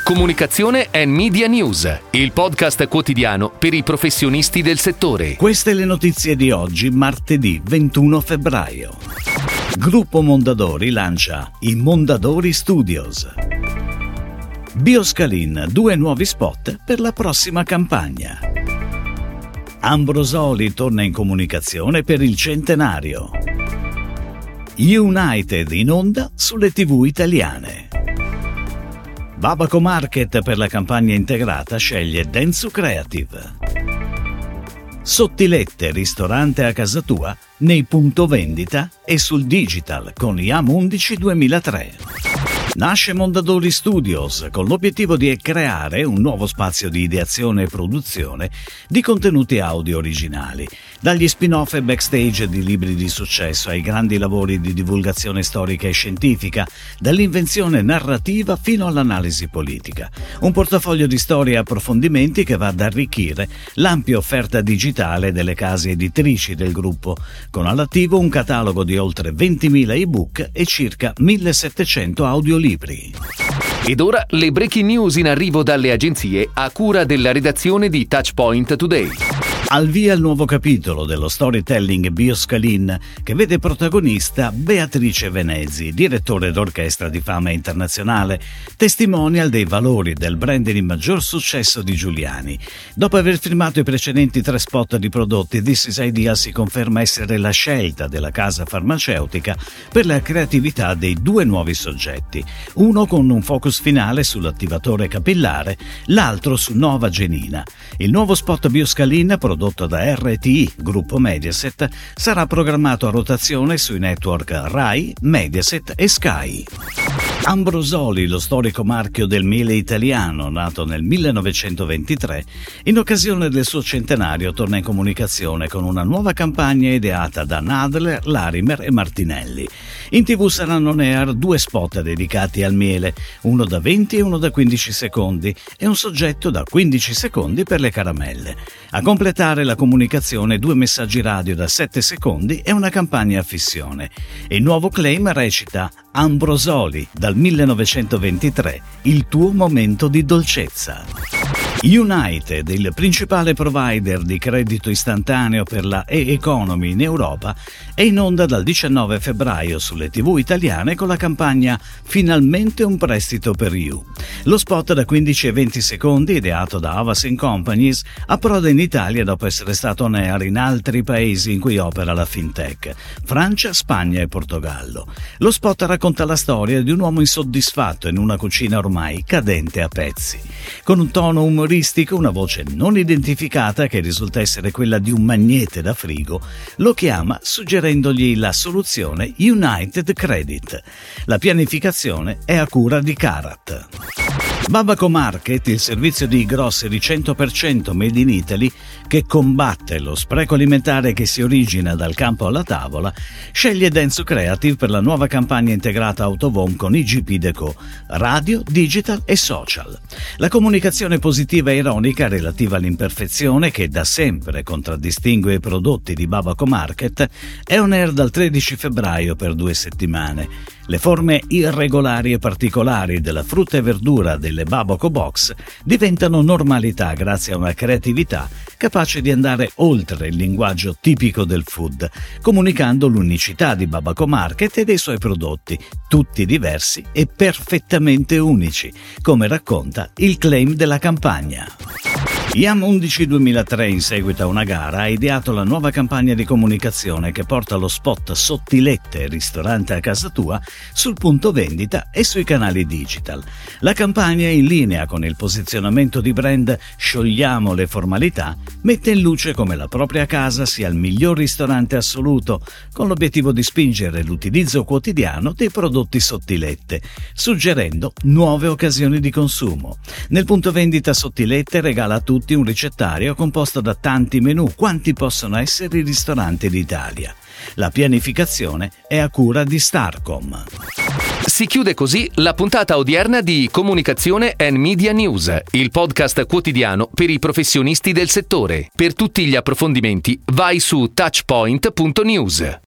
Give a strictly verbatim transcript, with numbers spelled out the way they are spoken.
Comunicazione and Media News, il podcast quotidiano per i professionisti del settore. Queste le notizie di oggi, martedì ventuno febbraio. Gruppo Mondadori lancia i Mondadori Studios. Bioscalin, due nuovi spot per la prossima campagna. Ambrosoli torna in comunicazione per il centenario. United in onda sulle tivù italiane. Babaco Market per la campagna integrata sceglie Dentsu Creative. Sottilette, ristorante a casa tua, nei punto vendita e sul digital con I A M undici duemilatré. Nasce Mondadori Studios con l'obiettivo di creare un nuovo spazio di ideazione e produzione di contenuti audio originali, dagli spin-off e backstage di libri di successo ai grandi lavori di divulgazione storica e scientifica, dall'invenzione narrativa fino all'analisi politica. Un portafoglio di storie e approfondimenti che va ad arricchire l'ampia offerta digitale delle case editrici del gruppo, con all'attivo un catalogo di oltre ventimila ebook e circa millesettecento audiolibri. Ed ora le breaking news in arrivo dalle agenzie a cura della redazione di Touchpoint Today. Al via il nuovo capitolo dello storytelling Bioscalin che vede protagonista Beatrice Venezi, direttore d'orchestra di fama internazionale, testimonial dei valori del brand di maggior successo di Giuliani. Dopo aver firmato i precedenti tre spot di prodotti, This Is Idea si conferma essere la scelta della casa farmaceutica per la creatività dei due nuovi soggetti, uno con un focus finale sull'attivatore capillare, l'altro su Nova Genina. Il nuovo spot Bioscalin, prodotto da R T I, gruppo Mediaset, sarà programmato a rotazione sui network Rai, Mediaset e Sky. Ambrosoli, lo storico marchio del miele italiano, nato nel millenovecentoventitré, in occasione del suo centenario torna in comunicazione con una nuova campagna ideata da Nadler, Larimer e Martinelli. In tv saranno on air due spot dedicati al miele, uno da venti e uno da quindici secondi e un soggetto da quindici secondi per le caramelle. A completare la comunicazione due messaggi radio da sette secondi e una campagna a fissione. Il nuovo claim recita: Ambrosoli, dal millenovecentoventitré, il tuo momento di dolcezza. United, il principale provider di credito istantaneo per la e-economy in Europa, è in onda dal diciannove febbraio sulle tivù italiane con la campagna Finalmente un prestito per You. Lo spot da quindici e venti secondi, ideato da Havas Companies, approda in Italia dopo essere stato on air in altri paesi in cui opera la fintech, Francia, Spagna e Portogallo. Lo spot racconta la storia di un uomo insoddisfatto in una cucina ormai cadente a pezzi. Con un tono umoristico, una voce non identificata che risulta essere quella di un magnete da frigo, lo chiama suggerendogli la soluzione United Credit. La pianificazione è a cura di Carat. Babaco Market, il servizio di grocery cento per cento made in Italy che combatte lo spreco alimentare che si origina dal campo alla tavola, sceglie Dentsu Creative per la nuova campagna integrata out of home con I G P Deco, radio, digital e social. La comunicazione positiva e ironica relativa all'imperfezione che da sempre contraddistingue i prodotti di Babaco Market è on air dal tredici febbraio per due settimane. Le forme irregolari e particolari della frutta e verdura delle Babaco Box diventano normalità grazie a una creatività capace di andare oltre il linguaggio tipico del food, comunicando l'unicità di Babaco Market e dei suoi prodotti, tutti diversi e perfettamente unici, come racconta il claim della campagna. I A M undici duemilatré, in seguito a una gara, ha ideato la nuova campagna di comunicazione che porta lo spot Sottilette, ristorante a casa tua, sul punto vendita e sui canali digital. La campagna, in linea con il posizionamento di brand Sciogliamo le formalità, mette in luce come la propria casa sia il miglior ristorante assoluto, con l'obiettivo di spingere l'utilizzo quotidiano dei prodotti Sottilette, suggerendo nuove occasioni di consumo. Nel punto vendita Sottilette regala a tutti un ricettario composto da tanti menù quanti possono essere i ristoranti d'Italia. La pianificazione è a cura di Starcom. Si chiude così la puntata odierna di Comunicazione and Media News, il podcast quotidiano per i professionisti del settore. Per tutti gli approfondimenti vai su touchpoint punto news.